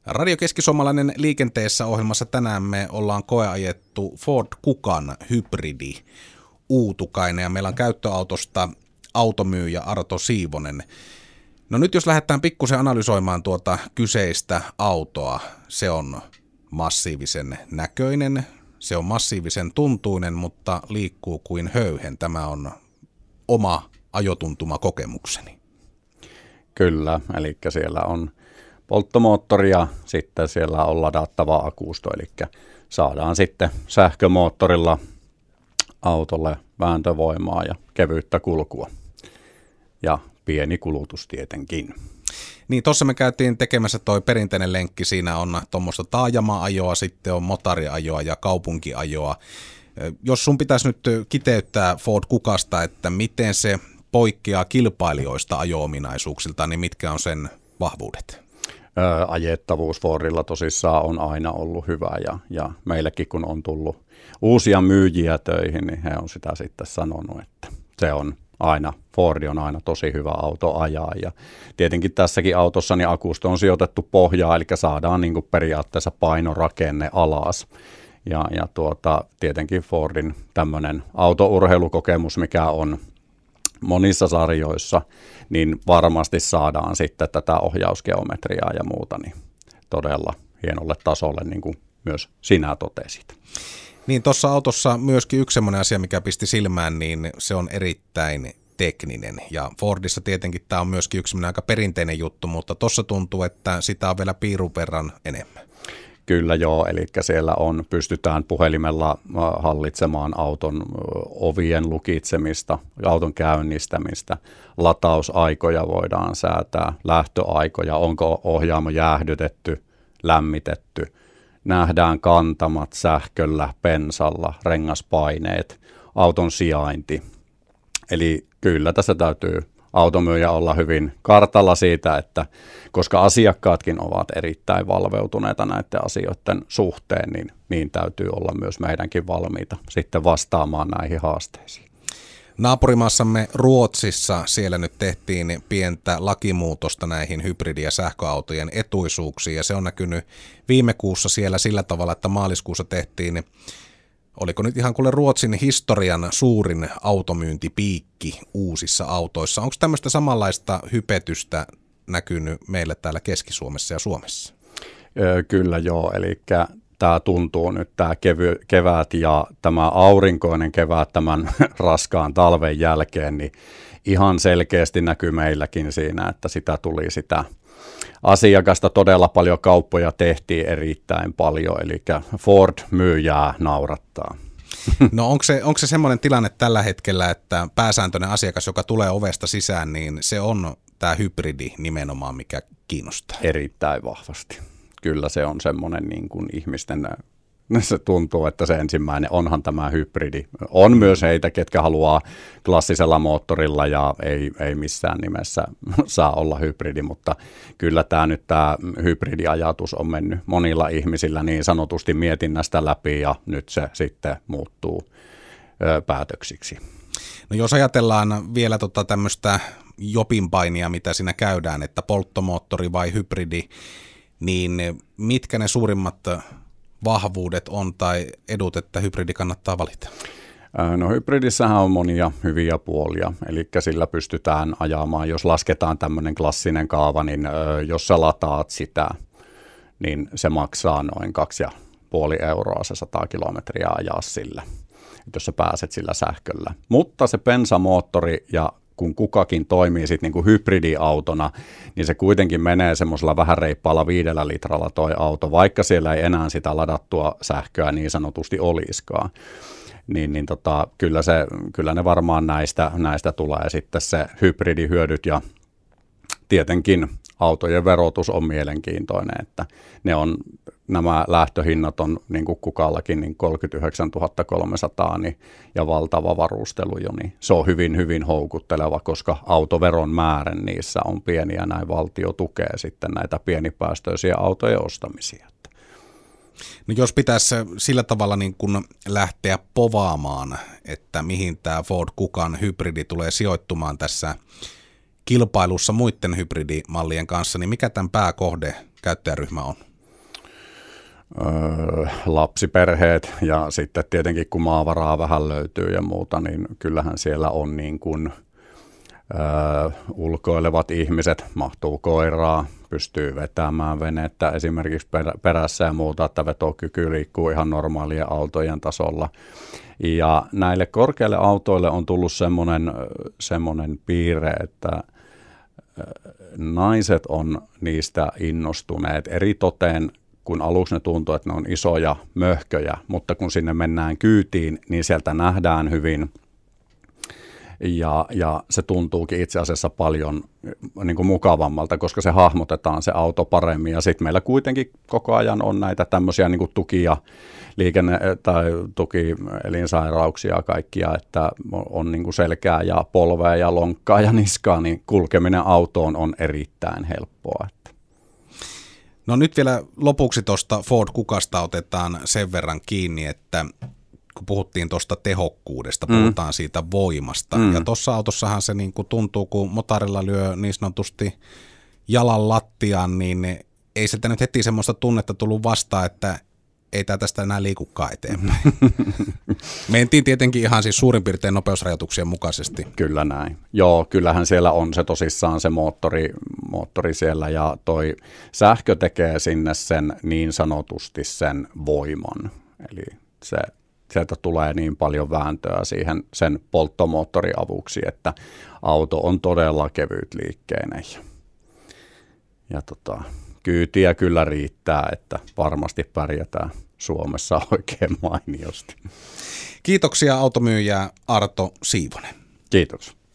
Radio Keski-Suomalainen liikenteessä -ohjelmassa tänään me ollaan koeajettu Ford Kugan hybridi Uutukainen ja meillä on käyttöautosta automyyjä Arto Siivonen. No nyt jos lähdetään pikkusen analysoimaan tuota kyseistä autoa, se on massiivisen näköinen, se on massiivisen tuntuinen, mutta liikkuu kuin höyhen. Tämä on oma ajotuntuma kokemukseni. Kyllä, eli siellä on polttomoottori ja sitten siellä on ladattava akusto, eli saadaan sitten sähkömoottorilla autolle vääntövoimaa ja kevyyttä kulkua ja pieni kulutus tietenkin. Niin, tuossa me käytiin tekemässä toi perinteinen lenkki, siinä on tuommoista taajama-ajoa, sitten on motariajoa ja kaupunkiajoa. Jos sun pitäisi nyt kiteyttää Ford Kugasta, että miten se poikkeaa kilpailijoista ajo-ominaisuuksilta, niin mitkä on sen vahvuudet? Ajettavuus Fordilla tosissaan on aina ollut hyvä ja meillekin kun on tullut uusia myyjiä töihin, niin he on sitä sitten sanonut, että se on aina, Fordi on aina tosi hyvä auto ajaa ja tietenkin tässäkin autossa niin akusto on sijoitettu pohjaan, eli saadaan niin kuin periaatteessa painorakenne alas ja tietenkin Fordin tämmöinen autourheilukokemus, mikä on monissa sarjoissa, niin varmasti saadaan sitten tätä ohjausgeometriaa ja muuta niin todella hienolle tasolle, niin kuin myös sinä totesit. Niin, tuossa autossa myöskin yksi semmoinen asia, mikä pisti silmään, niin se on erittäin tekninen. Ja Fordissa tietenkin tämä on myöskin yksi semmoinen aika perinteinen juttu, mutta tuossa tuntuu, että sitä on vielä piirun verran enemmän. Kyllä joo, eli siellä pystytään puhelimella hallitsemaan auton ovien lukitsemista, auton käynnistämistä, latausaikoja voidaan säätää, lähtöaikoja, onko ohjaamo jäähdytetty, lämmitetty, nähdään kantamat sähköllä, bensalla, rengaspaineet, auton sijainti. Eli kyllä tässä täytyy automyyjä olla hyvin kartalla siitä, että koska asiakkaatkin ovat erittäin valveutuneita näiden asioiden suhteen, niin täytyy olla myös meidänkin valmiita sitten vastaamaan näihin haasteisiin. Naapurimaassamme Ruotsissa siellä nyt tehtiin pientä lakimuutosta näihin hybridi- ja sähköautojen etuisuuksiin ja se on näkynyt viime kuussa siellä sillä tavalla, että maaliskuussa tehtiin, oliko nyt ihan kuule Ruotsin historian suurin automyyntipiikki uusissa autoissa. Onko tämmöistä samanlaista hypetystä näkynyt meille täällä Keski-Suomessa ja Suomessa? Kyllä joo, eli tämä tuntuu nyt tämä kevät ja tämä aurinkoinen kevät tämän raskaan talven jälkeen, niin ihan selkeästi näkyy meilläkin siinä, että sitä tuli sitä asiakasta todella paljon, kauppoja tehtiin erittäin paljon, eli Ford-myyjää naurattaa. No onko se semmoinen tilanne tällä hetkellä, että pääsääntöinen asiakas, joka tulee ovesta sisään, niin se on tämä hybridi nimenomaan, mikä kiinnostaa? Erittäin vahvasti. Kyllä se on semmoinen niin kuin ihmisten, se tuntuu, että se ensimmäinen onhan tämä hybridi. On myös heitä, ketkä haluaa klassisella moottorilla ja ei missään nimessä saa olla hybridi, mutta kyllä tämä hybridiajatus on mennyt monilla ihmisillä niin sanotusti mietinnästä läpi ja nyt se sitten muuttuu päätöksiksi. No jos ajatellaan vielä tämmöistä jopinpainia, mitä siinä käydään, että polttomoottori vai hybridi, niin mitkä ne suurimmat vahvuudet on tai edut, että hybridi kannattaa valita? No hybridissähän on monia hyviä puolia, eli sillä pystytään ajamaan, jos lasketaan tämmöinen klassinen kaava, niin jos sä lataat sitä, niin se maksaa noin 2,5 euroa se 100 kilometriä ajaa sillä, jos sä pääset sillä sähköllä. Mutta se bensamoottori ja kun Kugakin toimii sitten niinku hybridiautona, niin se kuitenkin menee semmoisella vähän reippaalla 5 litralla toi auto, vaikka siellä ei enää sitä ladattua sähköä niin sanotusti olisikaan. Kyllä ne varmaan näistä tulee sitten se hybridihyödyt ja tietenkin autojen verotus on mielenkiintoinen, että nämä lähtöhinnat on niin kuin Kugallakin niin 39 300 niin, ja valtava varustelu jo, niin se on hyvin, hyvin houkutteleva, koska autoveron määrä niissä on pieni ja näin valtio tukee sitten näitä pienipäästöisiä autojen ostamisia. No jos pitäisi sillä tavalla niin kun lähteä povaamaan, että mihin tämä Ford Kugan hybridi tulee sijoittumaan tässä kilpailussa muiden hybridimallien kanssa, niin mikä tämän pääkohde käyttäjäryhmä on? lapsiperheet ja sitten tietenkin kun maavaraa vähän löytyy ja muuta, niin kyllähän siellä on niin kuin ulkoilevat ihmiset, mahtuu koiraa, pystyy vetämään venettä esimerkiksi perässä ja muuta, että vetokyky liikkuu ihan normaalien autojen tasolla. Ja näille korkeille autoille on tullut semmoinen piirre, että naiset on niistä innostuneet eritoten, kun aluksi ne tuntuu, että ne on isoja möhköjä, mutta kun sinne mennään kyytiin, niin sieltä nähdään hyvin. Ja se tuntuukin itse asiassa paljon niin kuin mukavammalta, koska se hahmotetaan se auto paremmin. Ja sitten meillä kuitenkin koko ajan on näitä tämmöisiä niin kuin tukia, tai tukielinsairauksia kaikkia, että on niin kuin selkää ja polvea ja lonkkaa ja niskaa, niin kulkeminen autoon on erittäin helppoa. No nyt vielä lopuksi tuosta Ford Kukasta otetaan sen verran kiinni, että kun puhuttiin tuosta tehokkuudesta, puhutaan siitä voimasta. Ja tuossa autossahan se niin kuin tuntuu, kun motorilla lyö niin sanotusti jalan lattiaan, niin ei sieltä nyt heti semmoista tunnetta tullut vastaan, että ei tämä tästä enää liikukaan eteenpäin. Mentiin tietenkin ihan siis suurin piirtein nopeusrajoituksien mukaisesti. Kyllä näin. Joo, kyllähän siellä on se tosissaan se moottori siellä ja toi sähkö tekee sinne sen niin sanotusti sen voiman. Eli sieltä tulee niin paljon vääntöä siihen sen polttomoottorin avuksi, että auto on todella kevytliikkeinen. Ja kyytiä kyllä riittää, että varmasti pärjätään Suomessa oikein mainiosti. Kiitoksia automyyjä Arto Siivonen. Kiitos.